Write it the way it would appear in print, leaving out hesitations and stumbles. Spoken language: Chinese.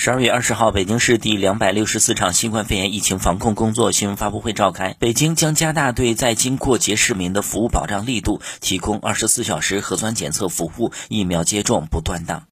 12月20号，北京市第264场新冠肺炎疫情防控工作新闻发布会召开。北京将加大对在京过节市民的服务保障力度，提供24小时核酸检测服务，疫苗接种不断档。